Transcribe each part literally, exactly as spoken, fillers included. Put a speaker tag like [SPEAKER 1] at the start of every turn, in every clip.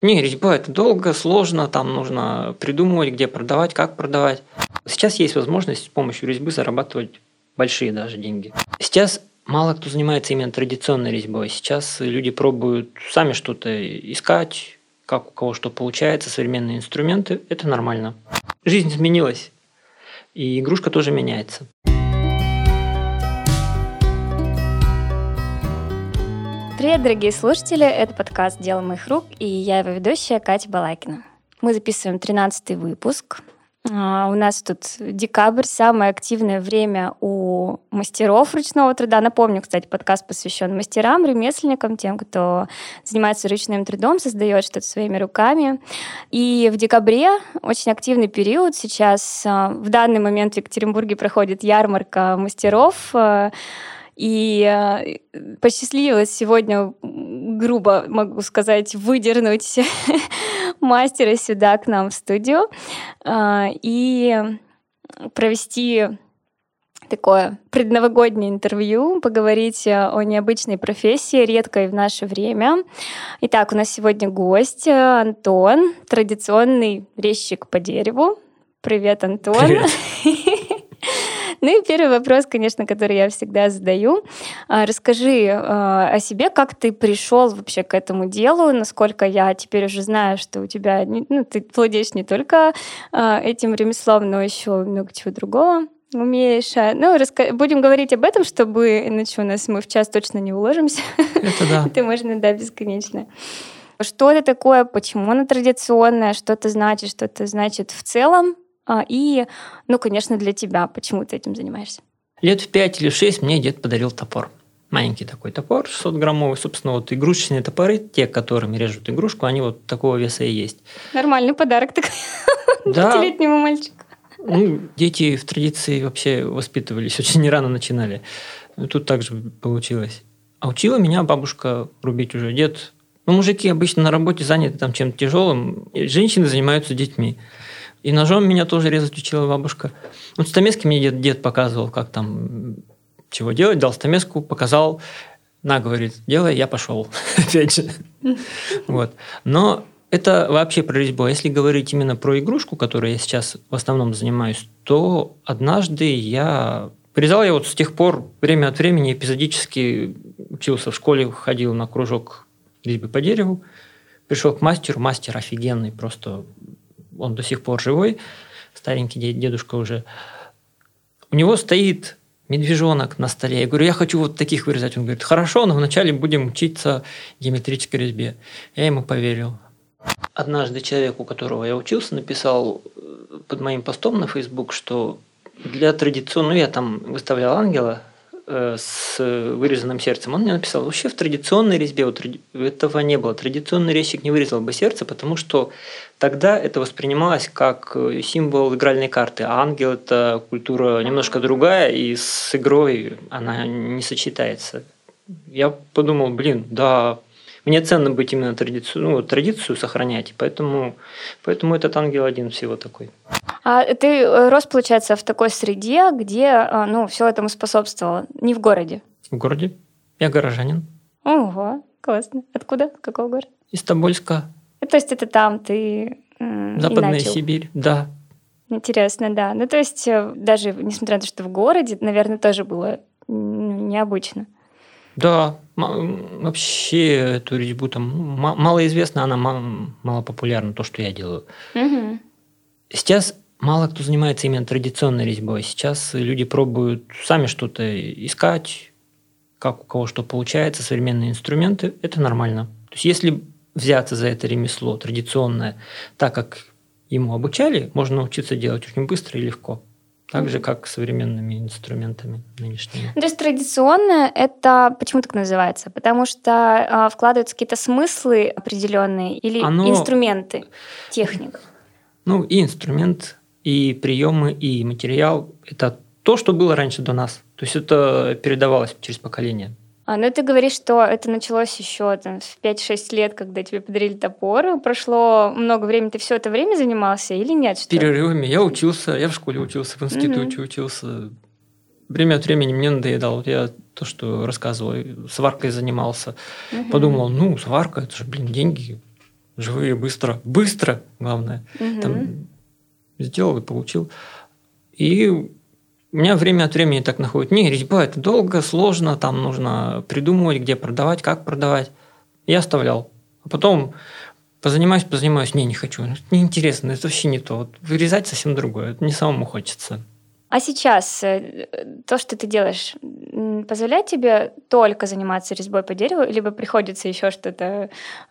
[SPEAKER 1] Не, резьба – это долго, сложно, там нужно придумывать, где продавать, как продавать. Сейчас есть возможность с помощью резьбы зарабатывать большие даже деньги. Сейчас мало кто занимается именно традиционной резьбой. Сейчас люди пробуют сами что-то искать, как у кого что получается, современные инструменты – это нормально. Жизнь изменилась, и игрушка тоже меняется.
[SPEAKER 2] Привет, дорогие слушатели! Это подкаст «Дело моих рук», и я его ведущая Катя Балакина. Мы записываем тринадцатый выпуск. Uh, у нас тут декабрь, самое активное время у мастеров ручного труда. Напомню, кстати, подкаст посвящен мастерам, ремесленникам, тем, кто занимается ручным трудом, создает что-то своими руками. И в декабре очень активный период. Сейчас uh, в данный момент в Екатеринбурге проходит ярмарка мастеров. Uh, И э, посчастливилось сегодня, грубо могу сказать, выдернуть мастера сюда к нам в студию э, и провести такое предновогоднее интервью, поговорить о необычной профессии, редкой в наше время. Итак, у нас сегодня гость Антон, традиционный резчик по дереву. Привет, Антон.
[SPEAKER 1] Привет.
[SPEAKER 2] Ну и первый вопрос, конечно, который я всегда задаю. Расскажи о себе, как ты пришел вообще к этому делу, насколько я теперь уже знаю, что у тебя, ну, ты владеешь не только этим ремеслом, но еще много чего другого умеешь. Ну, раска... будем говорить об этом, чтобы, иначе у нас мы в час точно не уложимся.
[SPEAKER 1] Это да.
[SPEAKER 2] Это можно, да, бесконечно. Что это такое, почему оно традиционное, что это значит, что это значит в целом? И, ну, конечно, для тебя. Почему ты этим занимаешься?
[SPEAKER 1] Лет в пять или в шесть мне дед подарил топор. Маленький такой топор, шестисотграммовый. Собственно, вот игрушечные топоры, те, которыми режут игрушку, они вот такого веса и есть.
[SPEAKER 2] Нормальный подарок такой пятилетнему мальчику.
[SPEAKER 1] Ну, дети в традиции вообще воспитывались, очень рано начинали. Тут также получилось. А учила меня бабушка рубить уже. Дед... Ну, мужики обычно на работе заняты там чем-то тяжелым. Женщины занимаются детьми. И ножом меня тоже резать учила бабушка. Вот стамески мне дед, дед показывал, как там, чего делать. Дал стамеску, показал. На, говорит, делай, я пошел. Опять же. Вот. Но это вообще про резьбу. Если говорить именно про игрушку, которой я сейчас в основном занимаюсь, то однажды я... Порезал я вот с тех пор время от времени эпизодически учился в школе, ходил на кружок резьбы по дереву. Пришел к мастеру. Мастер офигенный, просто... Он до сих пор живой, старенький дедушка уже. У него стоит медвежонок на столе. Я говорю, я хочу вот таких вырезать. Он говорит, хорошо, но вначале будем учиться геометрической резьбе. Я ему поверил. Однажды человек, у которого я учился, написал под моим постом на Facebook, что для традиционного... Ну, я там выставлял ангела э, с вырезанным сердцем. Он мне написал, вообще в традиционной резьбе вот, этого не было. Традиционный резчик не вырезал бы сердце, потому что тогда это воспринималось как символ игральной карты, а ангел – это культура немножко другая, и с игрой она не сочетается. Я подумал, блин, да, мне ценно быть именно традицию, ну, традицию сохранять, поэтому, поэтому этот ангел один всего такой.
[SPEAKER 2] А ты рос, получается, в такой среде, где, ну, все этому способствовало, не в городе?
[SPEAKER 1] В городе. Я горожанин.
[SPEAKER 2] Ого, классно. Откуда? С какого города?
[SPEAKER 1] Из Тобольска.
[SPEAKER 2] То есть это там ты э,
[SPEAKER 1] Западная
[SPEAKER 2] и начал.
[SPEAKER 1] Сибирь, да.
[SPEAKER 2] Интересно, да. Ну, то есть даже несмотря на то, что в городе, наверное, тоже было необычно.
[SPEAKER 1] Да, вообще эту резьбу там малоизвестна, она мало популярна, то, что я делаю.
[SPEAKER 2] Угу.
[SPEAKER 1] Сейчас мало кто занимается именно традиционной резьбой. Сейчас люди пробуют сами что-то искать, как у кого что получается, современные инструменты. Это нормально. То есть если взяться за это ремесло традиционное, так как ему обучали, можно научиться делать очень быстро и легко. Так же, как современными инструментами нынешними.
[SPEAKER 2] То есть традиционное – это почему так называется? Потому что э, вкладываются какие-то смыслы определенные или Оно... инструменты, техник?
[SPEAKER 1] Ну, и инструмент, и приемы, и материал – это то, что было раньше до нас. То есть это передавалось через поколение.
[SPEAKER 2] А, ну ты говоришь, что это началось еще там, в пять-шесть лет, когда тебе подарили топор. Прошло много времени. Ты все это время занимался или нет? Что?
[SPEAKER 1] Перерывами. Я учился, я в школе учился, в институте угу. учился. Время от времени мне надоедало. Вот я то, что рассказывал, сваркой занимался. Угу. Подумал, ну, сварка, это же, блин, деньги. живые, быстро. Быстро, главное.
[SPEAKER 2] Мгм.
[SPEAKER 1] Там сделал и получил. И у меня время от времени так находит. Не, резьба это долго, сложно, там нужно придумывать, где продавать, как продавать. Я оставлял. А потом позанимаюсь, позанимаюсь. Не, не хочу. Это неинтересно, это вообще не то. Вот вырезать совсем другое. Это не самому хочется.
[SPEAKER 2] А сейчас э, то, что ты делаешь, м, позволяет тебе только заниматься резьбой по дереву, либо приходится еще что-то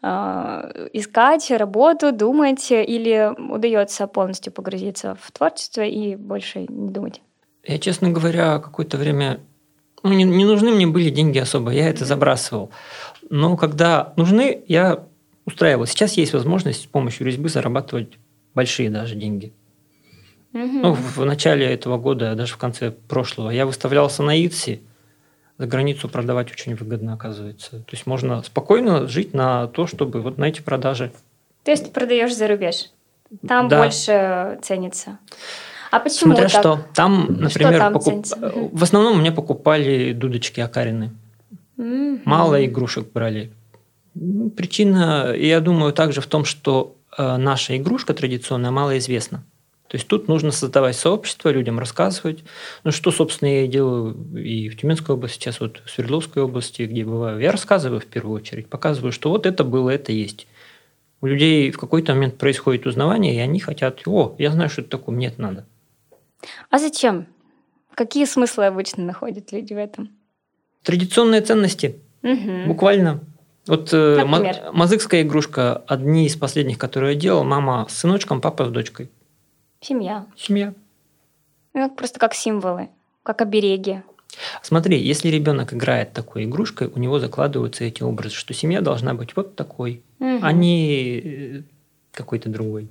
[SPEAKER 2] э, искать, работу, думать, или удается полностью погрузиться в творчество и больше не думать?
[SPEAKER 1] Я, честно говоря, какое-то время... Ну, не, не нужны мне были деньги особо, я это забрасывал. Но когда нужны, я устраивал. Сейчас есть возможность с помощью резьбы зарабатывать большие даже деньги.
[SPEAKER 2] Мгм.
[SPEAKER 1] Ну, в в начале этого года, даже в конце прошлого, я выставлялся на Итси. За границу продавать очень выгодно, оказывается. То есть можно спокойно жить на то, чтобы вот на эти продажи.
[SPEAKER 2] То есть ты продаешь за рубеж? Там
[SPEAKER 1] Да.
[SPEAKER 2] больше ценится. А почему
[SPEAKER 1] Смотря
[SPEAKER 2] так?
[SPEAKER 1] что. Там, например,
[SPEAKER 2] там
[SPEAKER 1] покуп-
[SPEAKER 2] ценится? Мгм.
[SPEAKER 1] в основном мне покупали дудочки Акарины.
[SPEAKER 2] Мгм.
[SPEAKER 1] Мало игрушек брали. М, Причина, я думаю, также в том, что э, наша игрушка традиционная малоизвестна. То есть тут нужно создавать сообщество, людям рассказывать. Ну, что, собственно, я и делаю и в Тюменской области, сейчас вот в Свердловской области, где бываю. Я рассказываю в первую очередь, показываю, что вот это было, это есть. У людей в какой-то момент происходит узнавание, и они хотят, о, я знаю, что это такое, мне это надо.
[SPEAKER 2] А зачем? Какие смыслы обычно находят люди в этом?
[SPEAKER 1] Традиционные ценности,
[SPEAKER 2] Мгм.
[SPEAKER 1] буквально. Вот э, ма-
[SPEAKER 2] Например?
[SPEAKER 1] мазыкская игрушка, одни из последних, которые я делал, мама с сыночком, папа с дочкой.
[SPEAKER 2] Семья.
[SPEAKER 1] Семья.
[SPEAKER 2] Ну, просто как символы, как обереги.
[SPEAKER 1] Смотри, если ребенок играет такой игрушкой, у него закладываются эти образы, что семья должна быть вот такой,
[SPEAKER 2] Мгм.
[SPEAKER 1] а не э, какой-то другой.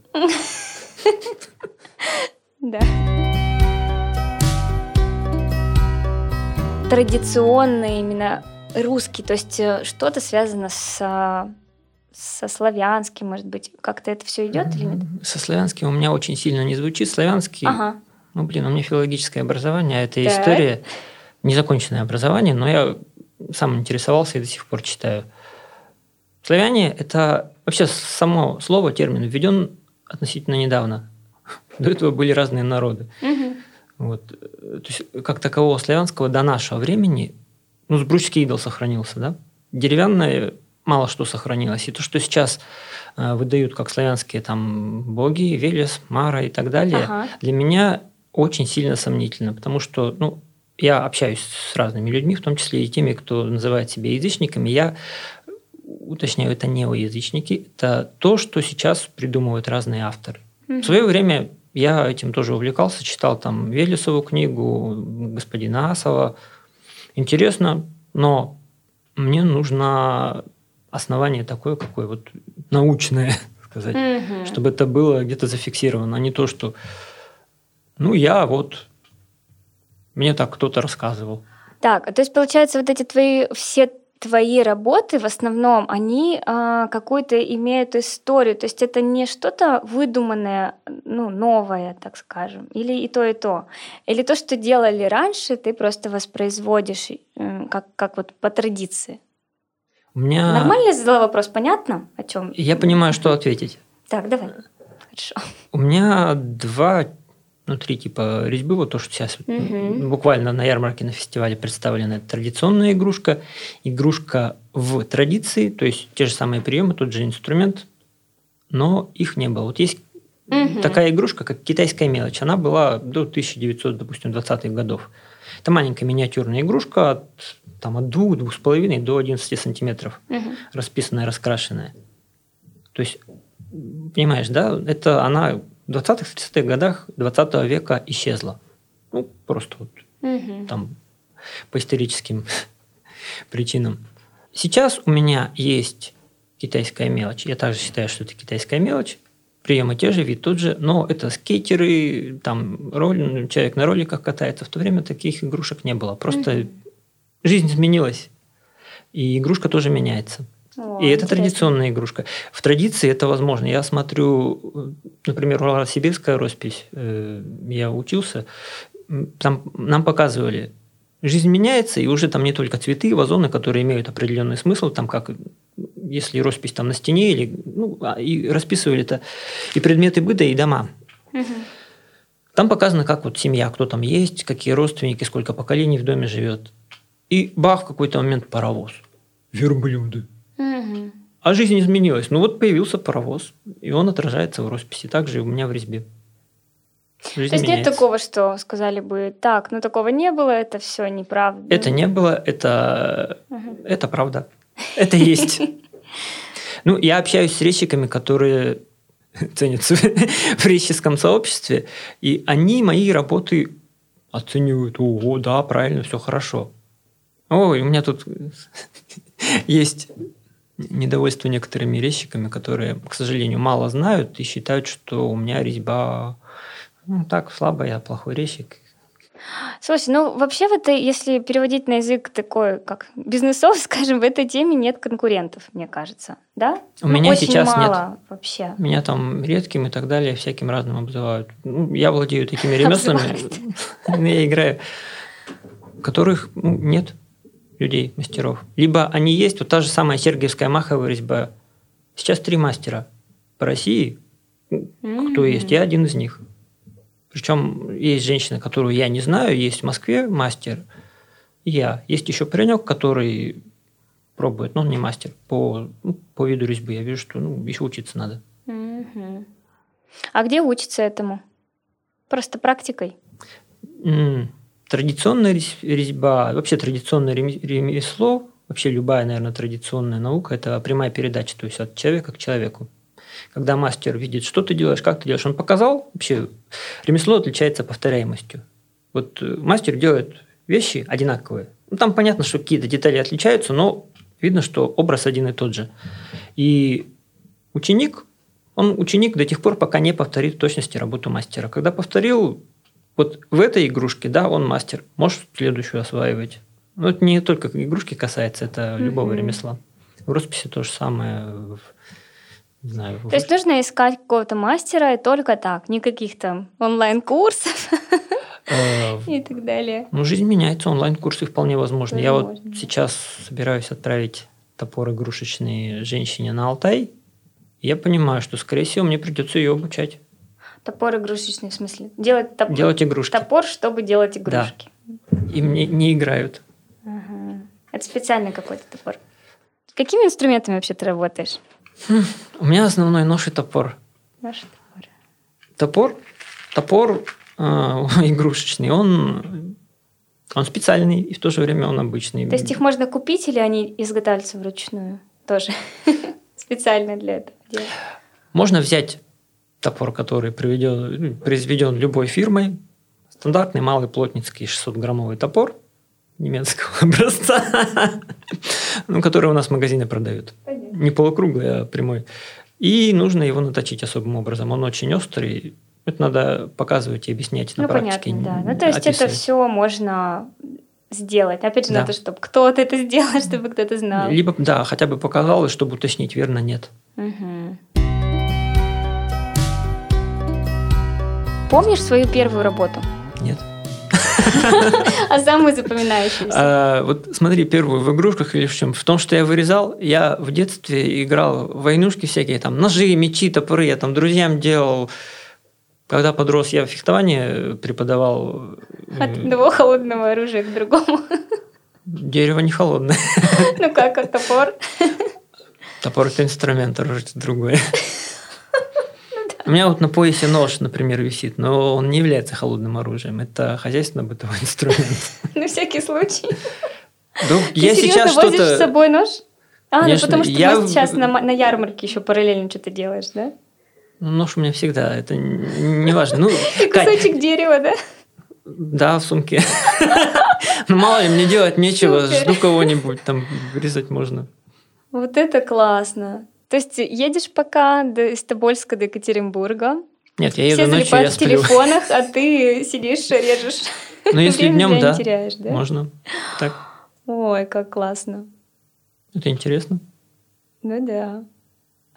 [SPEAKER 2] Да. Традиционный именно русский, то есть э, что-то связано с, а, со славянским, может быть, как-то это все идет или нет?
[SPEAKER 1] Со славянским у меня очень сильно не звучит. Славянский,
[SPEAKER 2] Ага.
[SPEAKER 1] ну блин, у меня филологическое образование, а это
[SPEAKER 2] Так.
[SPEAKER 1] история, незаконченное образование, но я сам интересовался и до сих пор читаю. Славяне – это вообще само слово, термин введен относительно недавно. До этого были разные народы.
[SPEAKER 2] Мгм.
[SPEAKER 1] Вот. То есть, как такового славянского до нашего времени, ну, сбручский идол сохранился, да? Деревянное мало что сохранилось. И то, что сейчас э, выдают как славянские там боги, Велес, Мара и так далее,
[SPEAKER 2] Ага.
[SPEAKER 1] для меня очень сильно сомнительно, потому что, ну, я общаюсь с разными людьми, в том числе и теми, кто называет себя язычниками. Я уточняю, это неоязычники, это то, что сейчас придумывают разные авторы.
[SPEAKER 2] Мгм.
[SPEAKER 1] В свое время я этим тоже увлекался, читал там Велесову книгу, господина Асова. Интересно, но мне нужно основание такое, какое вот научное, сказать,
[SPEAKER 2] Мгм.
[SPEAKER 1] чтобы это было где-то зафиксировано, а не то, что ну я вот, мне так кто-то рассказывал.
[SPEAKER 2] Так, а то есть, получается, вот эти твои все твои работы в основном, они а, какую-то имеют историю, то есть это не что-то выдуманное, ну, новое, так скажем, или и то, и то. Или то, что делали раньше, ты просто воспроизводишь э, как, как вот по традиции.
[SPEAKER 1] У меня...
[SPEAKER 2] Нормально я задала вопрос, понятно, о чем?
[SPEAKER 1] Я понимаю, что ответить.
[SPEAKER 2] Так, давай. Хорошо.
[SPEAKER 1] У меня два, ну, три типа резьбы, вот то, что сейчас
[SPEAKER 2] Мгм.
[SPEAKER 1] буквально на ярмарке, на фестивале представлена. Это традиционная игрушка, игрушка в традиции, то есть те же самые приемы, тот же инструмент, но их не было. Вот есть
[SPEAKER 2] Мгм.
[SPEAKER 1] такая игрушка, как китайская мелочь. Она была до тысяча девятьсот, допустим, двадцатых годов. Это маленькая миниатюрная игрушка от, там, от двух, двух с половиной до одиннадцати сантиметров,
[SPEAKER 2] Мгм.
[SPEAKER 1] расписанная, раскрашенная. То есть, понимаешь, да, это она в двадцатых-тридцатых годах двадцатого века исчезла. Ну, просто вот
[SPEAKER 2] Мгм.
[SPEAKER 1] там по историческим причинам. Сейчас у меня есть китайская мелочь. Я также считаю, что это китайская мелочь. Приемы те же, вид тот же, но это скейтеры, там роль, человек на роликах катается. В то время таких игрушек не было. Просто
[SPEAKER 2] Мгм.
[SPEAKER 1] жизнь изменилась, и игрушка тоже меняется.
[SPEAKER 2] О,
[SPEAKER 1] И это
[SPEAKER 2] интересно.
[SPEAKER 1] традиционная игрушка. В традиции это возможно. Я смотрю, например, Урало-Сибирская роспись, э, я учился, м, там нам показывали, жизнь меняется, и уже там не только цветы, вазоны, которые имеют определенный смысл, там как если роспись там на стене, или, ну, и расписывали это и предметы быта, и дома.
[SPEAKER 2] Угу.
[SPEAKER 1] Там показано, как вот семья, кто там есть, какие родственники, сколько поколений в доме живет. И бах, в какой-то момент паровоз. Верблюды.
[SPEAKER 2] Угу.
[SPEAKER 1] А жизнь изменилась. Ну вот появился паровоз, и он отражается в росписи. Так же и у меня в резьбе. Жизнь
[SPEAKER 2] То есть
[SPEAKER 1] меняется.
[SPEAKER 2] нет такого, что сказали бы, так, ну такого не было, это все неправда.
[SPEAKER 1] Это не было, это,
[SPEAKER 2] Угу.
[SPEAKER 1] это правда. Это есть. Ну, я общаюсь с резчиками, которые ценятся в резческом сообществе, и они мои работы оценивают. Ого, да, правильно, все хорошо. Ой, у меня тут есть недовольство некоторыми резчиками, которые, к сожалению, мало знают и считают, что у меня резьба, ну, так, слабая, плохой резчик.
[SPEAKER 2] Слушай, ну вообще в этой, если переводить на язык такой, как бизнесов, скажем, в этой теме нет конкурентов, мне кажется, да?
[SPEAKER 1] У
[SPEAKER 2] ну,
[SPEAKER 1] меня
[SPEAKER 2] очень
[SPEAKER 1] сейчас
[SPEAKER 2] мало
[SPEAKER 1] нет.
[SPEAKER 2] Вообще.
[SPEAKER 1] Меня там редким и так далее, всяким разным обзывают. Ну, я владею такими ремеслами, я играю, которых ну, нет людей, мастеров. Либо они есть, вот та же самая сергиевская маховая резьба. Сейчас три мастера по России. Кто есть? Я один из них. Причем есть женщина, которую я не знаю, есть в Москве мастер, и я. Есть еще паренек, который пробует, но он не мастер. По, ну, по виду резьбы я вижу, что ну, еще учиться надо.
[SPEAKER 2] Угу. А где учиться этому? Просто практикой?
[SPEAKER 1] М-м. Традиционная резьба, вообще традиционное ремесло, вообще любая, наверное, традиционная наука – это прямая передача, то есть от человека к человеку. Когда мастер видит, что ты делаешь, как ты делаешь, он показал. Вообще ремесло отличается повторяемостью. Вот мастер делает вещи одинаковые. Ну, там понятно, что какие-то детали отличаются, но видно, что образ один и тот же. И ученик, он ученик до тех пор, пока не повторит в точности работу мастера. Когда повторил, вот в этой игрушке, да, он мастер, может следующую осваивать. Но это не только игрушки касается, это любого mm-hmm. ремесла. В росписи то же самое. Не знаю,
[SPEAKER 2] то есть нужно искать какого-то мастера и только так, никаких там онлайн-курсов и так далее.
[SPEAKER 1] Ну, жизнь меняется, онлайн-курсы вполне возможны. Я вот сейчас собираюсь отправить топор игрушечный женщине на Алтай. Я понимаю, что, скорее всего, мне придется ее обучать.
[SPEAKER 2] Топор игрушечный, в смысле? Делать, топ...
[SPEAKER 1] делать игрушки.
[SPEAKER 2] Топор, чтобы делать игрушки.
[SPEAKER 1] Да. И мне не играют.
[SPEAKER 2] Ага. Это специальный какой-то топор. Какими инструментами вообще ты работаешь?
[SPEAKER 1] Хм. У меня основной нож и топор.
[SPEAKER 2] Нож и топор.
[SPEAKER 1] Топор, топор э, игрушечный, он, он специальный, и в то же время он обычный.
[SPEAKER 2] То есть их можно купить или они изготавливаются вручную? Тоже специально для этого дела?
[SPEAKER 1] Можно взять топор, который приведен, произведен любой фирмой. Стандартный малый плотницкий шестисотграммовый топор немецкого образца, ну, который у нас в магазине продают. Понятно. Не полукруглый, а прямой. И нужно его наточить особым образом. Он очень острый. Это надо показывать и объяснять на
[SPEAKER 2] ну,
[SPEAKER 1] практике.
[SPEAKER 2] Ну, понятно, да. Ну, то есть описывать. Это все можно сделать. Опять же, да. Надо, чтобы кто-то это сделал, чтобы кто-то знал.
[SPEAKER 1] Либо, да, хотя бы показал, чтобы уточнить, верно, нет.
[SPEAKER 2] Угу. Помнишь свою первую работу?
[SPEAKER 1] Нет.
[SPEAKER 2] А самую запоминающуюся?
[SPEAKER 1] А, вот смотри, первую в игрушках или в чем? В том, что я вырезал, я в детстве играл в войнушки всякие, там, ножи, мечи, топоры, я там друзьям делал. Когда подрос, я фехтование преподавал.
[SPEAKER 2] От одного холодного оружия к другому.
[SPEAKER 1] Дерево не холодное.
[SPEAKER 2] Ну как, а топор?
[SPEAKER 1] Топор – это инструмент, оружие – это другое. У меня вот на поясе нож, например, висит, но он не является холодным оружием. Это хозяйственно-бытовой инструмент.
[SPEAKER 2] На всякий случай.
[SPEAKER 1] Ну,
[SPEAKER 2] Ты
[SPEAKER 1] я
[SPEAKER 2] серьезно
[SPEAKER 1] сейчас
[SPEAKER 2] возишь
[SPEAKER 1] что-то...
[SPEAKER 2] с собой нож? А,
[SPEAKER 1] Конечно,
[SPEAKER 2] ну потому что
[SPEAKER 1] я...
[SPEAKER 2] ты сейчас на, на ярмарке еще параллельно что-то делаешь, да?
[SPEAKER 1] Ну, нож у меня всегда, это не важно. Ну,
[SPEAKER 2] кусочек Кать... дерева, да?
[SPEAKER 1] Да, в сумке. Ну, мало ли, мне делать нечего, жду кого-нибудь, там вырезать можно.
[SPEAKER 2] Вот это классно. То есть едешь пока до, из Тобольска до Екатеринбурга.
[SPEAKER 1] Нет, я еду
[SPEAKER 2] все
[SPEAKER 1] ночью, я
[SPEAKER 2] в
[SPEAKER 1] сплю.
[SPEAKER 2] телефонах, а ты сидишь, режешь.
[SPEAKER 1] Ну, если днем, да,
[SPEAKER 2] теряешь, да,
[SPEAKER 1] можно. Так.
[SPEAKER 2] Ой, как классно.
[SPEAKER 1] Это интересно.
[SPEAKER 2] Ну да.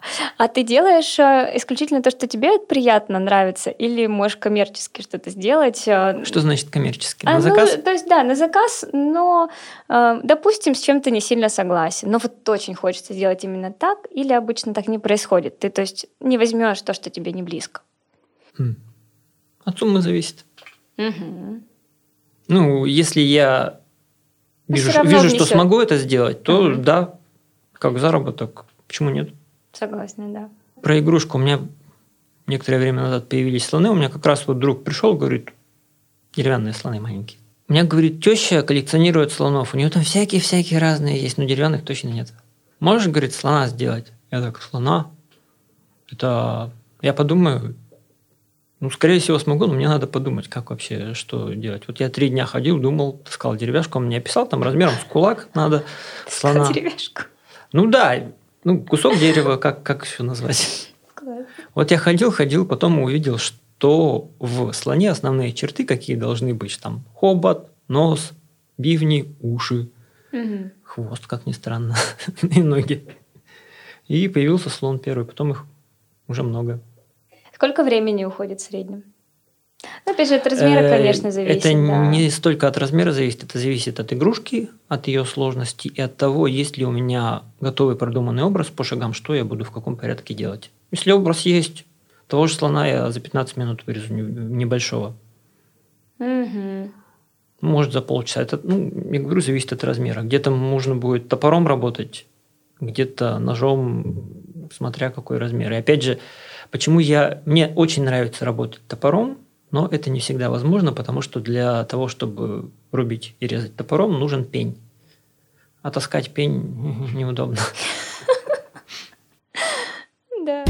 [SPEAKER 2] А ты делаешь э, исключительно то, что тебе приятно, нравится, или можешь коммерчески что-то сделать? э,
[SPEAKER 1] Что значит коммерчески?
[SPEAKER 2] А,
[SPEAKER 1] На
[SPEAKER 2] ну,
[SPEAKER 1] заказ?
[SPEAKER 2] то есть, да, на заказ, но, э, допустим, с чем-то не сильно согласен, но вот очень хочется сделать именно так, или обычно так не происходит? Ты, то есть, не возьмешь то, что тебе не близко.
[SPEAKER 1] Хм. От суммы зависит.
[SPEAKER 2] Мгм.
[SPEAKER 1] Ну, если я
[SPEAKER 2] Но
[SPEAKER 1] вижу,
[SPEAKER 2] всё равно
[SPEAKER 1] вижу, что
[SPEAKER 2] внесёт.
[SPEAKER 1] смогу это сделать, то
[SPEAKER 2] Мгм.
[SPEAKER 1] да, как заработок. Почему нет?
[SPEAKER 2] Согласна, да.
[SPEAKER 1] Про игрушку. У меня некоторое время назад появились слоны. У меня как раз вот друг пришел, говорит, деревянные слоны маленькие. У меня, говорит, теща коллекционирует слонов. У нее там всякие-всякие разные есть, но деревянных точно нет. Можешь, говорит, слона сделать? Я так, слона? Это... Я подумаю, ну, скорее всего, смогу, но мне надо подумать, как вообще, что делать. Вот я три дня ходил, думал, таскал деревяшку, он мне описал, там размером с кулак надо слона.
[SPEAKER 2] Деревяшку.
[SPEAKER 1] Ну да, ну, кусок дерева, как, как еще назвать?
[SPEAKER 2] Класс.
[SPEAKER 1] Вот я ходил, ходил, потом увидел, что в слоне основные черты, какие должны быть. Там хобот, нос, бивни, уши,
[SPEAKER 2] Мгм.
[SPEAKER 1] хвост, как ни странно, и ноги. И появился слон первый, потом их уже много.
[SPEAKER 2] Сколько времени уходит в среднем? Ну, опять же, от размера,
[SPEAKER 1] Э,
[SPEAKER 2] конечно, зависит.
[SPEAKER 1] Это
[SPEAKER 2] да.
[SPEAKER 1] не столько от размера зависит, это зависит от игрушки, от ее сложности и от того, есть ли у меня готовый продуманный образ по шагам, что я буду в каком порядке делать. Если образ есть, того же слона я за пятнадцать минут вырежу не- небольшого.
[SPEAKER 2] Мгм.
[SPEAKER 1] Может, за полчаса. Это, ну, я говорю, зависит от размера. Где-то можно будет топором работать, где-то ножом, смотря какой размер. И опять же, почему я... Мне очень нравится работать топором, но это не всегда возможно, потому что для того, чтобы рубить и резать топором, нужен пень. А таскать пень неудобно.
[SPEAKER 2] Да.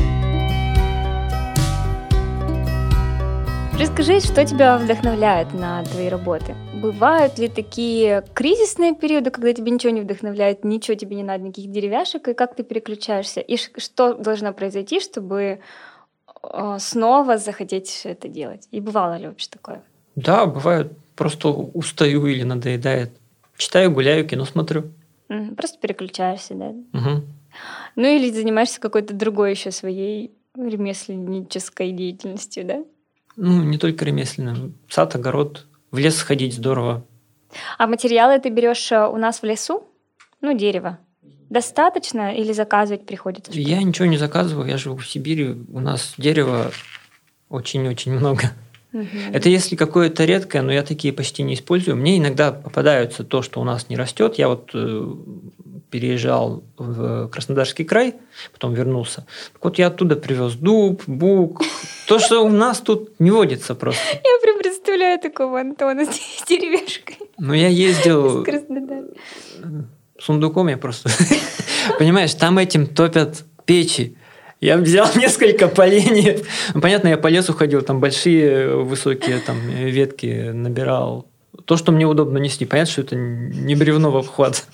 [SPEAKER 2] Расскажи, что тебя вдохновляет на твои работы? Бывают ли такие кризисные периоды, когда тебе ничего не вдохновляет, ничего тебе не надо, никаких деревяшек, и как ты переключаешься? И ш- что должно произойти, чтобы э, снова захотеть это делать? И бывало ли вообще такое?
[SPEAKER 1] Да, бывает, просто устаю или надоедает. Читаю, гуляю, кино смотрю.
[SPEAKER 2] Мгм. Просто переключаешься, да?
[SPEAKER 1] Мгм.
[SPEAKER 2] Ну или занимаешься какой-то другой еще своей ремесленнической деятельностью, да?
[SPEAKER 1] Ну, не только ремесленным. Сад, огород, в лес сходить здорово.
[SPEAKER 2] А материалы ты берешь э, у нас в лесу? Ну, дерево. Достаточно или заказывать приходится? что-то?
[SPEAKER 1] Я ничего не заказываю, я живу в Сибири, у нас дерева очень-очень много.
[SPEAKER 2] Мгм.
[SPEAKER 1] Это если какое-то редкое, но я такие почти не использую. Мне иногда попадаются то, что у нас не растет. Я вот э, переезжал в Краснодарский край, потом вернулся. Так вот я оттуда привез дуб, бук. То, что у нас тут не водится просто.
[SPEAKER 2] Я прям представляю такого Антона с деревяшкой
[SPEAKER 1] Но я
[SPEAKER 2] из
[SPEAKER 1] ездил
[SPEAKER 2] Краснодара.
[SPEAKER 1] сундуком, я просто... Понимаешь, там этим топят печи. Я взял несколько поленьев. Ну, понятно, я по лесу ходил, там большие высокие там, ветки набирал. То, что мне удобно нести. Понятно, что это не бревно в обхват.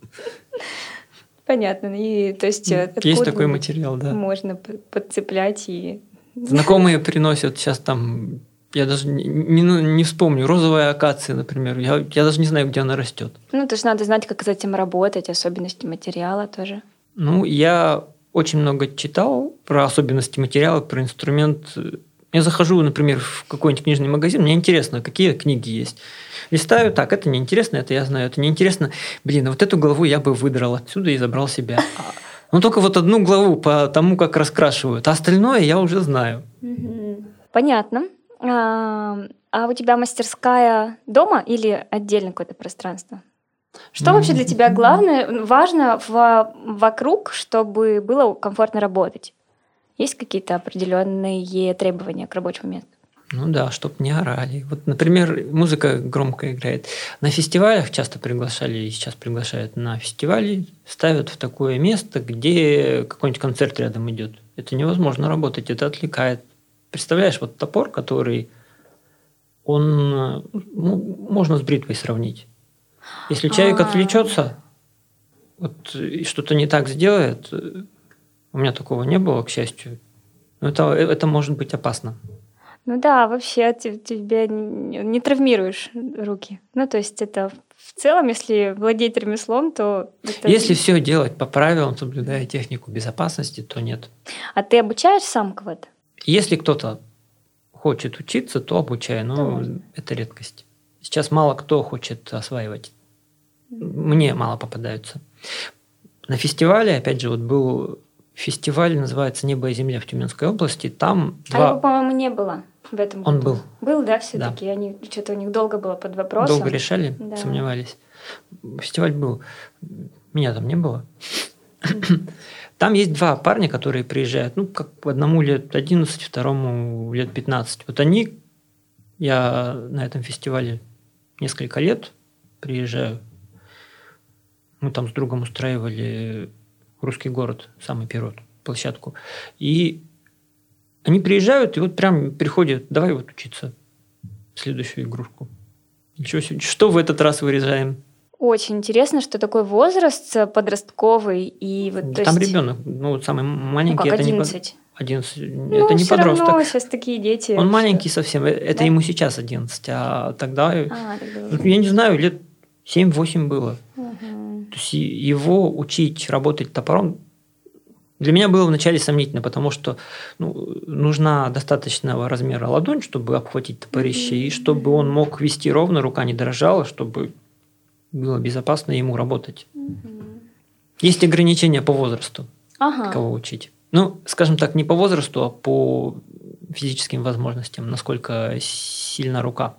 [SPEAKER 2] Понятно. И то есть э,
[SPEAKER 1] Есть такой
[SPEAKER 2] откуда-нибудь
[SPEAKER 1] материал, да.
[SPEAKER 2] можно п- подцеплять и...
[SPEAKER 1] Знакомые приносят сейчас там... Я даже не, не, не вспомню. Розовая акация, например. Я, я даже не знаю, где она растет.
[SPEAKER 2] Ну, то есть надо знать, как с этим работать, особенности материала тоже.
[SPEAKER 1] Ну, я очень много читал про особенности материала, про инструмент. Я захожу, например, в какой-нибудь книжный магазин, мне интересно, какие книги есть. Листаю, так, это неинтересно, это я знаю, это неинтересно. Блин, а вот эту главу я бы выдрал отсюда и забрал себя. Ну, только вот одну главу по тому, как раскрашивают. А остальное я уже знаю.
[SPEAKER 2] Мгм. Понятно. А, а у тебя мастерская дома или отдельно какое-то пространство? Что вообще для тебя главное, важно в- вокруг, чтобы было комфортно работать? Есть какие-то определенные требования к рабочему месту?
[SPEAKER 1] Ну да, чтоб не орали. Вот, например, музыка громко играет. На фестивалях часто приглашали, и сейчас приглашают на фестивали, ставят в такое место, где какой-нибудь концерт рядом идет. Это невозможно работать, это отвлекает. Представляешь, вот топор, который, он, ну, можно с бритвой сравнить. Если человек
[SPEAKER 2] А.
[SPEAKER 1] отвлечется, вот и что-то не так сделает, у меня такого не было, к счастью, но это, это может быть опасно.
[SPEAKER 2] Ну да, вообще ты тебе не, не травмируешь руки. Ну, то есть это в целом, если владеть ремеслом, то... Это...
[SPEAKER 1] Если все делать по правилам, соблюдая технику безопасности, то нет.
[SPEAKER 2] А ты обучаешь сам кого-то?
[SPEAKER 1] Если кто-то хочет учиться, то обучаю, но
[SPEAKER 2] Да.
[SPEAKER 1] это редкость. Сейчас мало кто хочет осваивать. Мне мало попадаются. На фестивале, опять же, вот был фестиваль, называется «Небо и земля» в Тюменской области. Там
[SPEAKER 2] А
[SPEAKER 1] два...
[SPEAKER 2] его, по-моему, не было в этом году.
[SPEAKER 1] Он был.
[SPEAKER 2] Был, да, все-таки? Да. Они, что-то у них долго было под вопросом.
[SPEAKER 1] Долго решали, да. Сомневались. Фестиваль был. Меня там не было. Там есть два парня, которые приезжают. Ну, как одному лет одиннадцать, второму лет пятнадцать. Вот они, я на этом фестивале несколько лет приезжаю. Мы там с другом устраивали «Русский город», самый первый площадку. И они приезжают, и вот прям приходят, давай вот учиться следующую игрушку. Ничего себе. Что в этот раз вырезаем?
[SPEAKER 2] Очень интересно, что такой возраст подростковый. И вот,
[SPEAKER 1] да там
[SPEAKER 2] есть...
[SPEAKER 1] ребенок, ну вот самый маленький.
[SPEAKER 2] Ну как,
[SPEAKER 1] это
[SPEAKER 2] одиннадцать?
[SPEAKER 1] Не под... одиннадцать.
[SPEAKER 2] Ну,
[SPEAKER 1] это не
[SPEAKER 2] все
[SPEAKER 1] подросток.
[SPEAKER 2] равно сейчас такие дети.
[SPEAKER 1] Он маленький совсем. Это
[SPEAKER 2] да?
[SPEAKER 1] ему сейчас одиннадцать, а тогда,
[SPEAKER 2] а, тогда...
[SPEAKER 1] я не знаю, лет семь-восемь было.
[SPEAKER 2] Угу.
[SPEAKER 1] То есть его учить работать топором для меня было вначале сомнительно, потому что ну, нужна достаточного размера ладонь, чтобы обхватить топорище, mm-hmm. и чтобы он мог вести ровно, рука не дрожала, чтобы было безопасно ему работать. Mm-hmm. Есть ограничения по возрасту, ага. кого учить. Ну, скажем так, не по возрасту, а по физическим возможностям, насколько сильна рука.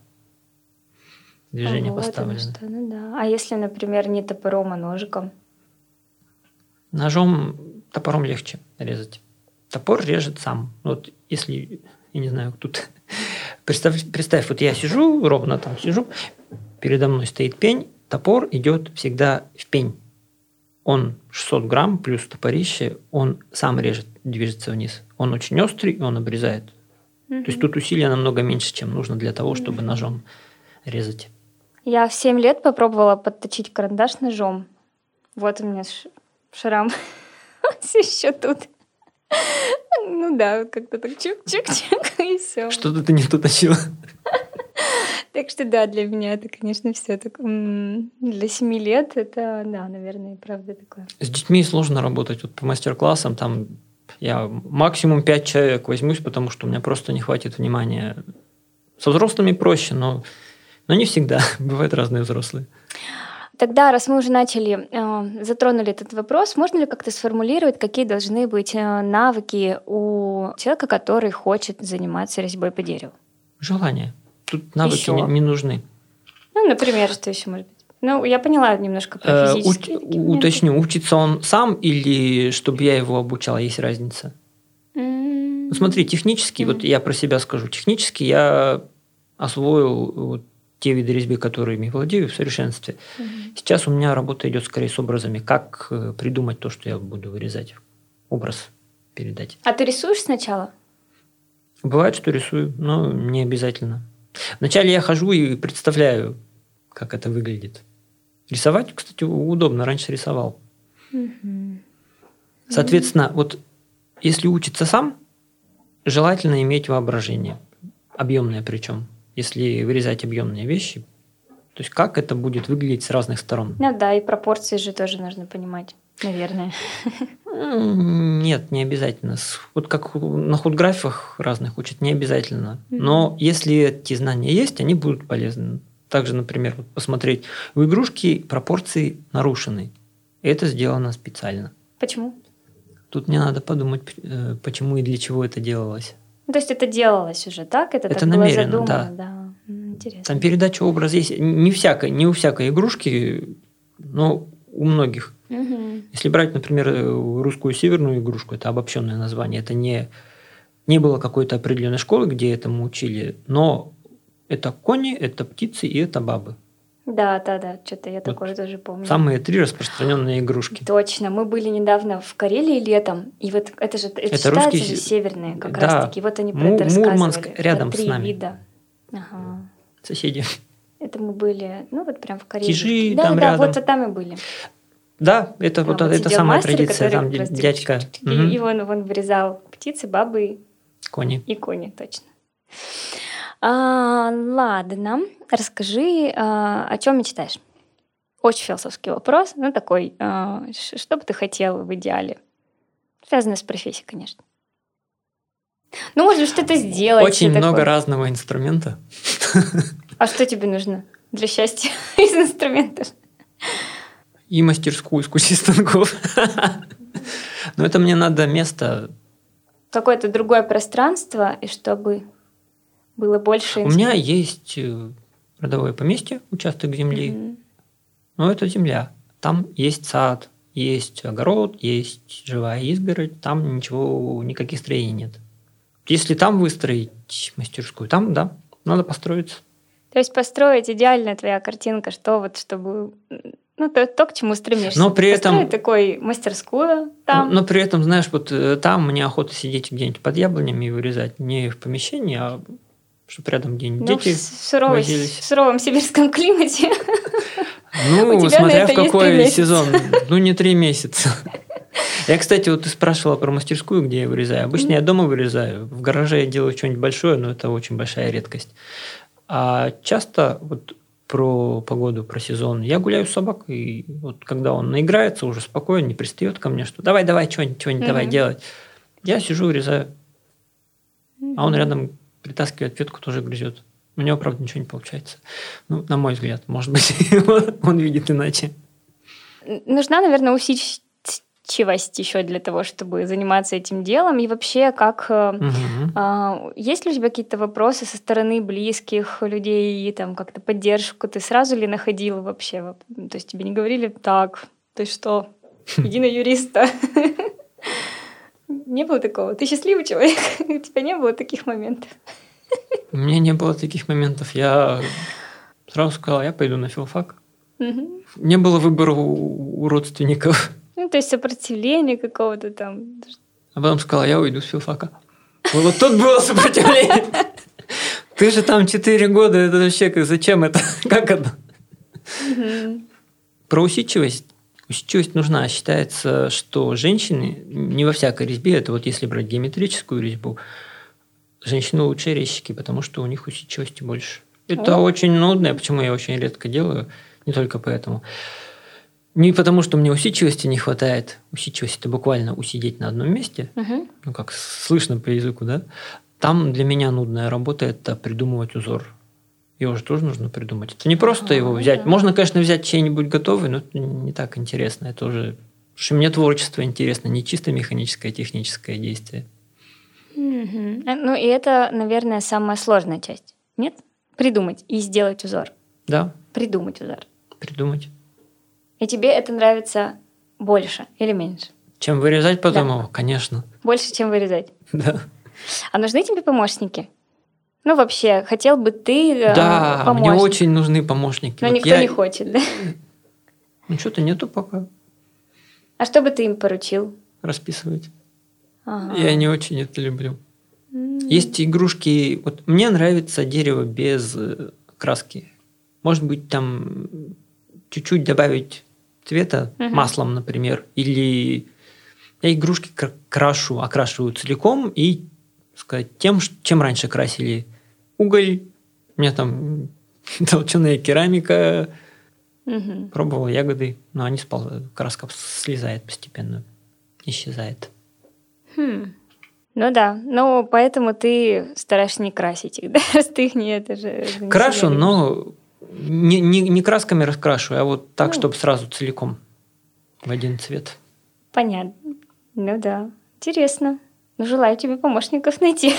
[SPEAKER 1] Движение
[SPEAKER 2] вот
[SPEAKER 1] поставлено.
[SPEAKER 2] Что, ну да. А если, например, не топором, а ножиком?
[SPEAKER 1] Ножом, топором легче резать. Топор режет сам. Вот если, я не знаю, тут... представь, представь, вот я сижу, ровно там сижу, передо мной стоит пень, топор идет всегда в пень. Он шестьсот грамм плюс топорище, он сам режет, движется вниз. Он очень острый, и он обрезает. Mm-hmm. То есть тут усилия намного меньше, чем нужно для того, чтобы mm-hmm. ножом резать.
[SPEAKER 2] Я в семь лет попробовала подточить карандаш ножом. Вот у меня шрам все еще тут. Ну да, как-то так чук-чук-чук, и все.
[SPEAKER 1] Что-то ты не то точила.
[SPEAKER 2] Так что да, для меня это, конечно, все так. Для семи лет это, да, наверное, правда такое.
[SPEAKER 1] С детьми сложно работать. Вот по мастер-классам там я максимум пять человек возьмусь, потому что у меня просто не хватит внимания. Со взрослыми проще, но, но не всегда. Бывают разные взрослые.
[SPEAKER 2] Тогда, раз мы уже начали, э, затронули этот вопрос, можно ли как-то сформулировать, какие должны быть э, навыки у человека, который хочет заниматься резьбой по дереву?
[SPEAKER 1] Желание. Тут навыки не, не нужны.
[SPEAKER 2] Ну, например, что еще может быть? Ну, я поняла немножко про физические.
[SPEAKER 1] Э, у, уточню, учится он сам или чтобы я его обучала, есть разница? Mm-hmm. Ну, смотри, технически, mm-hmm. вот я про себя скажу, технически я освоил вот те виды резьбы, которыми владею в совершенстве. Угу. Сейчас у меня работа идет скорее с образами. Как придумать то, что я буду вырезать? Образ передать.
[SPEAKER 2] А ты рисуешь сначала?
[SPEAKER 1] Бывает, что рисую, но не обязательно. Вначале я хожу и представляю, как это выглядит. Рисовать, кстати, удобно. Раньше рисовал. Угу. Соответственно, угу. вот если учиться сам, желательно иметь воображение. Объемное причем. Если вырезать объемные вещи, то есть как это будет выглядеть с разных сторон.
[SPEAKER 2] Ну да, и пропорции же тоже нужно понимать, наверное.
[SPEAKER 1] Нет, не обязательно. Вот как на худграфах разных учат, не обязательно. Но если эти знания есть, они будут полезны. Также, например, посмотреть, у игрушки пропорции нарушены. Это сделано специально.
[SPEAKER 2] Почему?
[SPEAKER 1] Тут мне надо подумать, почему и для чего это делалось.
[SPEAKER 2] То есть это делалось уже, так? Это,
[SPEAKER 1] это
[SPEAKER 2] так
[SPEAKER 1] намеренно,
[SPEAKER 2] было задумано,
[SPEAKER 1] да.
[SPEAKER 2] да. Интересно.
[SPEAKER 1] Там передача образа есть. Не, всякой, не у всякой игрушки, но у многих.
[SPEAKER 2] Угу.
[SPEAKER 1] Если брать, например, русскую северную игрушку, это обобщенное название, это не, не было какой-то определенной школы, где этому учили, но это кони, это птицы и это бабы.
[SPEAKER 2] Да, да, да, что-то я вот такое тоже помню.
[SPEAKER 1] Самые три распространенные игрушки.
[SPEAKER 2] Точно. Мы были недавно в Карелии летом, и вот это же это, это считается русские... же северные как да. раз таки. Вот они про Му- это рассказывали.
[SPEAKER 1] Мурманск рядом
[SPEAKER 2] три
[SPEAKER 1] с нами.
[SPEAKER 2] Вида. Ага.
[SPEAKER 1] Соседи.
[SPEAKER 2] Это мы были, ну вот прям в Карелии.
[SPEAKER 1] Тижи,
[SPEAKER 2] да,
[SPEAKER 1] там
[SPEAKER 2] да,
[SPEAKER 1] рядом.
[SPEAKER 2] вот, вот там и были.
[SPEAKER 1] Да, это,
[SPEAKER 2] а
[SPEAKER 1] вот,
[SPEAKER 2] вот
[SPEAKER 1] это самая
[SPEAKER 2] мастер,
[SPEAKER 1] традиция, там дядька.
[SPEAKER 2] И, угу. и он, он вырезал птицы, бабы
[SPEAKER 1] кони.
[SPEAKER 2] И кони, точно. А, ладно, расскажи, а, о чем мечтаешь? Очень философский вопрос, ну такой, э, что бы ты хотел в идеале? Связано с профессией, конечно. Ну, может быть, что-то сделать.
[SPEAKER 1] Очень много такое. Разного инструмента.
[SPEAKER 2] А что тебе нужно для счастья из инструментов?
[SPEAKER 1] И мастерскую с кучей станков. Но это мне надо место.
[SPEAKER 2] Какое-то другое пространство, и чтобы было больше...
[SPEAKER 1] У меня есть родовое поместье, участок земли. Mm-hmm. Но это земля. Там есть сад, есть огород, есть живая изгородь. Там ничего, никаких строений нет. Если там выстроить мастерскую, там, да, надо построиться.
[SPEAKER 2] То есть построить идеальная твоя картинка, что вот, чтобы... Ну, то, то к чему стремишься.
[SPEAKER 1] Но при этом...
[SPEAKER 2] такой мастерскую там.
[SPEAKER 1] Но, но при этом, знаешь, вот там мне охота сидеть где-нибудь под яблонями и вырезать. Не в помещении, а чтобы рядом где-нибудь
[SPEAKER 2] ну,
[SPEAKER 1] дети
[SPEAKER 2] в, суровой, в суровом сибирском климате.
[SPEAKER 1] Ну, смотря в какой сезон. Ну, не три месяца. Я, кстати, вот ты спрашивала про мастерскую, где я вырезаю. Обычно mm-hmm. я дома вырезаю. В гараже я делаю что-нибудь большое, но это очень большая редкость. А часто вот про погоду, про сезон я гуляю с собакой, и вот когда он наиграется уже спокойно, не пристает ко мне, что давай, давай, что-нибудь, что-нибудь mm-hmm. давай делать. Я сижу, вырезаю. Mm-hmm. А он рядом притаскивает ветку, тоже грызет. У него, правда, ничего не получается. Ну, на мой взгляд, может быть, он видит иначе.
[SPEAKER 2] Нужна, наверное, усидчивость еще для того, чтобы заниматься этим делом. И вообще, как угу. а, есть ли у тебя какие-то вопросы со стороны близких людей, и там как-то поддержку ты сразу ли находила вообще? То есть тебе не говорили, так, ты что, иди на юриста? Не было такого? Ты счастливый человек? У тебя не было таких моментов?
[SPEAKER 1] У меня не было таких моментов. Я сразу сказала, я пойду на филфак.
[SPEAKER 2] Угу.
[SPEAKER 1] Не было выбора у, у родственников.
[SPEAKER 2] Ну, то есть сопротивления какого-то там.
[SPEAKER 1] А потом сказала, я уйду с филфака. Вот тут было сопротивление. Ты же там четыре года, это вообще зачем это? Как это? Про усидчивость. Усидчивость нужна. Считается, что женщины, не во всякой резьбе, это вот если брать геометрическую резьбу, женщины лучшие резчики, потому что у них усидчивости больше. Это О. очень нудно, почему я очень редко делаю, не только поэтому. Не потому, что мне усидчивости не хватает. Усидчивость – это буквально усидеть на одном месте,
[SPEAKER 2] угу.
[SPEAKER 1] ну, как слышно по языку, да? Там для меня нудная работа – это придумывать узор. Его же тоже нужно придумать. Это не просто а, его взять. Да. Можно, конечно, взять чей-нибудь готовый, но это не так интересно. Это уже... Потому что мне творчество интересно, не чисто механическое, техническое действие.
[SPEAKER 2] Угу. Ну, и это, наверное, самая сложная часть. Нет? Придумать и сделать узор.
[SPEAKER 1] Да.
[SPEAKER 2] Придумать узор.
[SPEAKER 1] Придумать.
[SPEAKER 2] И тебе это нравится больше или меньше?
[SPEAKER 1] Чем вырезать потом да. его? Конечно.
[SPEAKER 2] Больше, чем вырезать?
[SPEAKER 1] Да.
[SPEAKER 2] А нужны тебе помощники? Ну, вообще, хотел бы ты
[SPEAKER 1] да,
[SPEAKER 2] помощник?
[SPEAKER 1] мне очень нужны помощники.
[SPEAKER 2] Но вот никто я... не хочет, да?
[SPEAKER 1] Ну, что-то нету пока.
[SPEAKER 2] А что бы ты им поручил?
[SPEAKER 1] Расписывать.
[SPEAKER 2] Ага.
[SPEAKER 1] Я не очень это люблю.
[SPEAKER 2] Mm-hmm.
[SPEAKER 1] Есть игрушки... Вот мне нравится дерево без краски. Может быть, там чуть-чуть добавить цвета uh-huh. маслом, например. Или я игрушки крашу, окрашиваю целиком и, сказать, тем, чем раньше красили. Уголь, у меня там толченая керамика,
[SPEAKER 2] uh-huh.
[SPEAKER 1] пробовал ягоды, но они спал, краска слезает постепенно, исчезает.
[SPEAKER 2] Hmm. Ну да, ну поэтому ты стараешься не красить их, да? Раз ты их не это же...
[SPEAKER 1] Крашу, но не, не, не красками раскрашиваю, а вот так, ну. чтобы сразу целиком в один цвет.
[SPEAKER 2] Понятно. Ну да, интересно. Ну, желаю тебе помощников найти.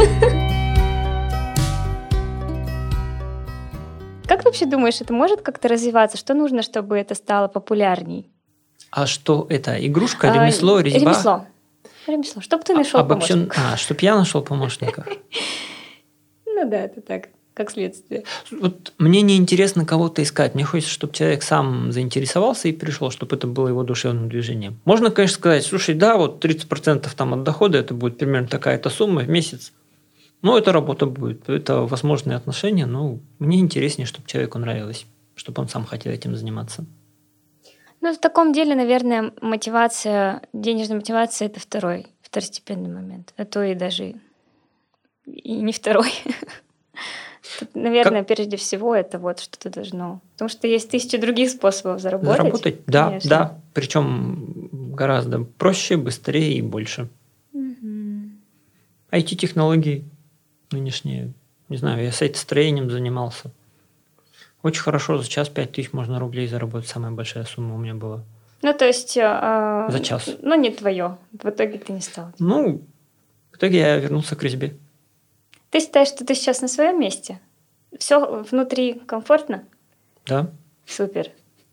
[SPEAKER 2] Как ты вообще думаешь, это может как-то развиваться? Что нужно, чтобы это стало популярней?
[SPEAKER 1] А что это? Игрушка, ремесло,
[SPEAKER 2] а,
[SPEAKER 1] резьба?
[SPEAKER 2] Ремесло. Ремесло. Чтобы ты нашел
[SPEAKER 1] а,
[SPEAKER 2] помощников.
[SPEAKER 1] А, чтобы я нашел помощников.
[SPEAKER 2] Ну да, это так, как следствие.
[SPEAKER 1] Вот мне не интересно кого-то искать. Мне хочется, чтобы человек сам заинтересовался и пришел, чтобы это было его душевным движением. Можно, конечно, сказать, слушай, да, вот тридцать процентов там от дохода, это будет примерно такая-то сумма в месяц. Ну, это работа будет, это возможные отношения, но мне интереснее, чтобы человеку нравилось, чтобы он сам хотел этим заниматься.
[SPEAKER 2] Ну, в таком деле, наверное, мотивация, денежная мотивация – это второй, второстепенный момент, а то и даже и не второй. Тут, наверное,
[SPEAKER 1] Как...
[SPEAKER 2] прежде всего это вот что-то должно. Потому что есть тысячи других способов заработать.
[SPEAKER 1] Заработать, да,
[SPEAKER 2] конечно.
[SPEAKER 1] да. Причем гораздо проще, быстрее и больше.
[SPEAKER 2] Угу.
[SPEAKER 1] ай ти-технологии нынешние, не знаю, я сайт-строением занимался. Очень хорошо, за час пять тысяч можно рублей заработать, самая большая сумма у меня была.
[SPEAKER 2] Ну, то есть... Э,
[SPEAKER 1] за час.
[SPEAKER 2] Ну, не твое. В итоге ты не стал.
[SPEAKER 1] Ну, в итоге я вернулся к резьбе.
[SPEAKER 2] Ты считаешь, что ты сейчас на своем месте? Все внутри комфортно?
[SPEAKER 1] Да.
[SPEAKER 2] Супер.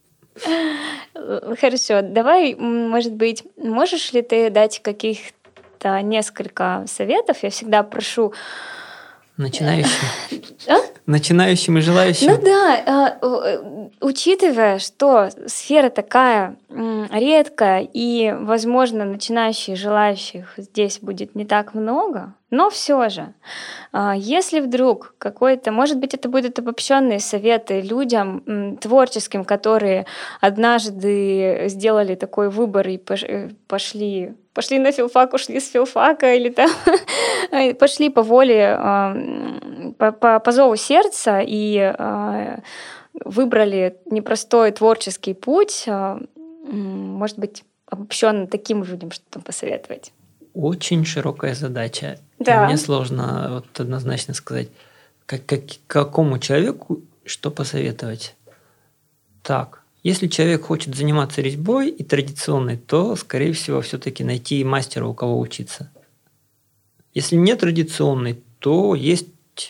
[SPEAKER 2] Хорошо, давай, может быть, можешь ли ты дать каких-то несколько советов? Я всегда прошу...
[SPEAKER 1] Начинающим.
[SPEAKER 2] А?
[SPEAKER 1] Начинающим и желающим.
[SPEAKER 2] Ну да, учитывая, что сфера такая редкая и, возможно, начинающих желающих здесь будет не так много, но все же, если вдруг какой-то, может быть, это будут обобщенные советы людям творческим, которые однажды сделали такой выбор и пошли, пошли на филфак, ушли с филфака, или там пошли по воле, по, по, по зову сердца и выбрали непростой творческий путь, может быть, обобщенно таким людям что-то посоветовать?
[SPEAKER 1] Очень широкая задача.
[SPEAKER 2] Да.
[SPEAKER 1] И мне сложно вот однозначно сказать, как, как, какому человеку что посоветовать. Так, если человек хочет заниматься резьбой и традиционной, то, скорее всего, все-таки найти мастера, у кого учиться. Если не традиционный, то есть,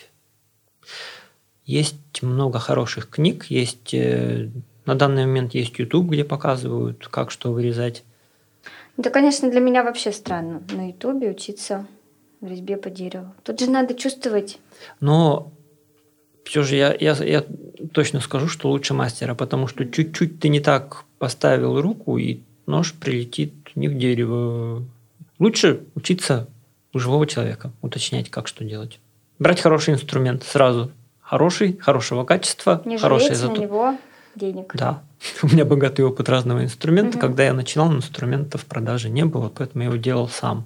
[SPEAKER 1] есть много хороших книг, есть, на данный момент есть YouTube, где показывают, как что вырезать.
[SPEAKER 2] Это, конечно, для меня вообще странно. На Ютубе учиться в резьбе по дереву. Тут же надо чувствовать.
[SPEAKER 1] Но все же я, я, я точно скажу, что лучше мастера, потому что чуть-чуть ты не так поставил руку, и нож прилетит не в дерево. Лучше учиться у живого человека, уточнять, как что делать. Брать хороший инструмент сразу. Хороший, хорошего качества.
[SPEAKER 2] Не
[SPEAKER 1] хороший
[SPEAKER 2] жалеть на него денег.
[SPEAKER 1] Да. У меня богатый опыт разного инструмента.
[SPEAKER 2] Угу.
[SPEAKER 1] Когда я начинал, инструмента в продаже не было, поэтому я его делал сам.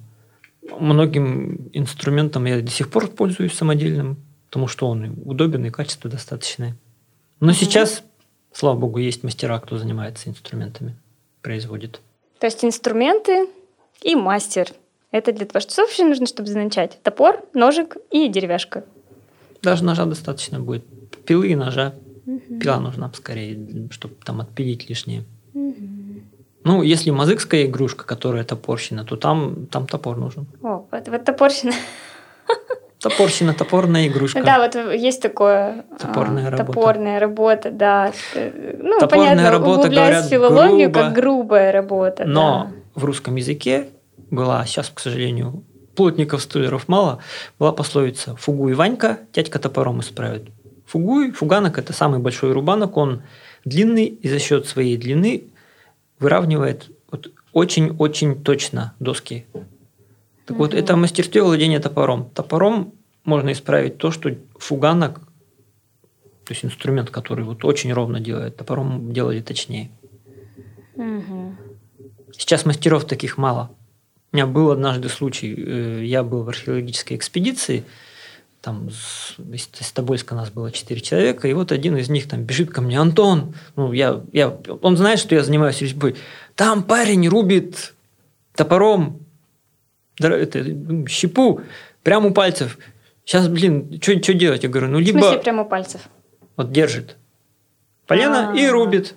[SPEAKER 1] Многим инструментом я до сих пор пользуюсь самодельным, потому что он удобен и качество достаточное. Но угу. сейчас, слава богу, есть мастера, кто занимается инструментами, производит.
[SPEAKER 2] То есть инструменты и мастер. Это для того, что вообще нужно, чтобы начать? Топор, ножик и деревяшка.
[SPEAKER 1] Даже ножа достаточно будет. Пилы и ножа. Угу. Пила нужна скорее, чтобы там отпилить лишнее.
[SPEAKER 2] Угу.
[SPEAKER 1] Ну, если мазыкская игрушка, которая топорщина, то там, там топор нужен.
[SPEAKER 2] О, вот, вот топорщина.
[SPEAKER 1] Топорщина, топорная игрушка.
[SPEAKER 2] Да, вот есть такое.
[SPEAKER 1] Топорная работа.
[SPEAKER 2] Топорная работа, да. Ну,
[SPEAKER 1] топорная
[SPEAKER 2] понятно,
[SPEAKER 1] работа,
[SPEAKER 2] углубляясь в филологию,
[SPEAKER 1] грубо,
[SPEAKER 2] как грубая работа.
[SPEAKER 1] Но
[SPEAKER 2] да.
[SPEAKER 1] в русском языке была, сейчас, к сожалению, плотников, столяров мало, была пословица «Фугуй, Ванька, дядька топором исправит». Фугуй, фуганок – это самый большой рубанок, он длинный и за счет своей длины выравнивает вот очень-очень точно доски. Так mm-hmm. вот, это мастерство владения топором. Топором можно исправить то, что фуганок, то есть инструмент, который вот очень ровно делает, топором делали точнее.
[SPEAKER 2] Mm-hmm. Сейчас
[SPEAKER 1] мастеров таких мало. У меня был однажды случай, я был в археологической экспедиции, там из Тобольска нас было четыре человека, и вот один из них там бежит ко мне: Антон, ну я, я, он знает, что я занимаюсь резьбой, там парень рубит топором это, щепу прямо у пальцев. Сейчас, блин, что делать? Я говорю, ну либо...
[SPEAKER 2] В смысле прямо у пальцев?
[SPEAKER 1] Вот держит полено
[SPEAKER 2] А-а-а.
[SPEAKER 1] и рубит.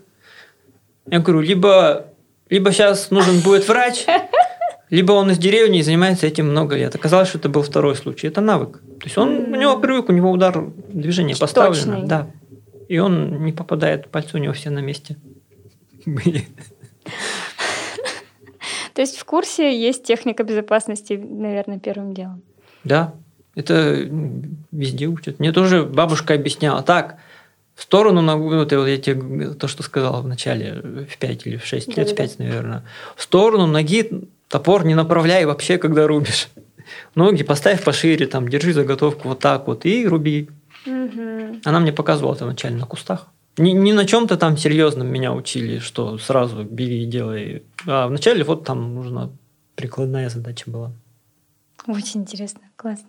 [SPEAKER 1] Я говорю, либо, либо сейчас нужен будет врач, либо он из деревни и занимается этим много лет. Оказалось, что это был второй случай. Это навык. То есть он, у него привык, у него удар движения поставлено. Да. И он не попадает, пальцы у него все на месте были.
[SPEAKER 2] То есть в курсе есть техника безопасности, наверное, первым делом.
[SPEAKER 1] Да, это везде учат. Мне тоже бабушка объясняла. Так, в сторону ногу, вот я тебе то, что сказала в начале, в пять или в шесть лет, да, в пять, да. наверное. В сторону ноги топор не направляй вообще, когда рубишь. Ноги поставь пошире, там, держи заготовку вот так вот и руби.
[SPEAKER 2] Угу.
[SPEAKER 1] Она мне показывала это вначале на кустах. Не, не на чем-то там серьезном меня учили, что сразу бери и делай. А вначале вот там нужна прикладная задача была.
[SPEAKER 2] Очень интересно, классно.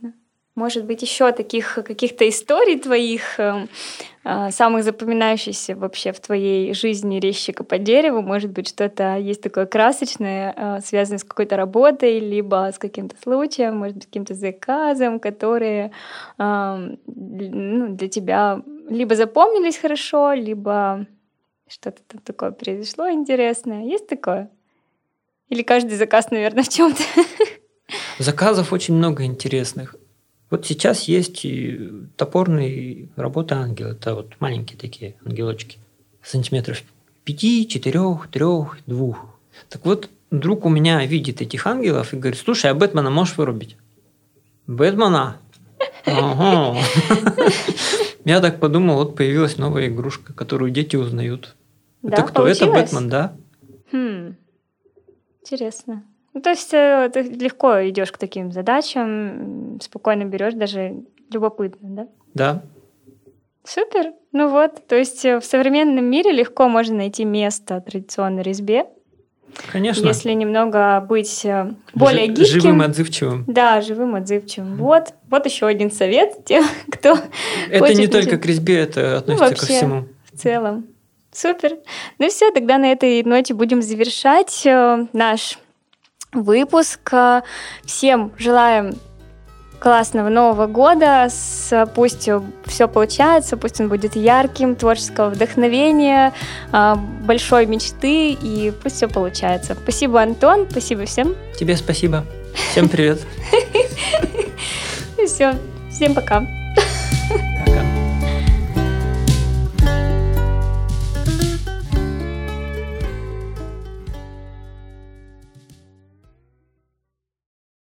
[SPEAKER 2] может быть, еще таких каких-то историй твоих, э, э, самых запоминающихся вообще в твоей жизни резчика по дереву? Может быть, что-то есть такое красочное, э, связанное с какой-то работой, либо с каким-то случаем, может быть, каким-то заказом, которые э, ну, для тебя либо запомнились хорошо, либо что-то там такое произошло интересное. Есть такое? Или каждый заказ, наверное, в чем-то?
[SPEAKER 1] Заказов очень много интересных. Вот сейчас есть и топорные работы ангела. Это вот маленькие такие ангелочки. Сантиметров пяти, четырех, трех, двух. Так вот, друг у меня видит этих ангелов и говорит: слушай, а Бэтмена можешь вырубить? Бэтмена? Ага. Я так подумал, вот появилась новая игрушка, которую дети узнают. Это кто? Это Бэтмен, да?
[SPEAKER 2] Хм. Интересно. Ну, то есть э, ты легко идешь к таким задачам, спокойно берешь, даже любопытно, да?
[SPEAKER 1] Да.
[SPEAKER 2] Супер. Ну вот, то есть в современном мире легко можно найти место традиционной резьбе.
[SPEAKER 1] Конечно.
[SPEAKER 2] Если немного быть более
[SPEAKER 1] Ж-
[SPEAKER 2] гибким.
[SPEAKER 1] Живым, отзывчивым.
[SPEAKER 2] Да, живым, отзывчивым. Вот, вот еще один совет тем, кто
[SPEAKER 1] Это
[SPEAKER 2] хочет
[SPEAKER 1] не только
[SPEAKER 2] начать.
[SPEAKER 1] к резьбе, это относится
[SPEAKER 2] Ну, вообще,
[SPEAKER 1] ко всему.
[SPEAKER 2] В целом. Супер. Ну все, тогда на этой ноте будем завершать э, наш выпуск. Всем желаем классного Нового года. С, пусть все получается, пусть он будет ярким, творческого вдохновения, э, большой мечты, и пусть все получается. Спасибо, Антон. Спасибо всем.
[SPEAKER 1] Тебе спасибо. Всем привет.
[SPEAKER 2] И все. Всем пока.
[SPEAKER 1] Пока.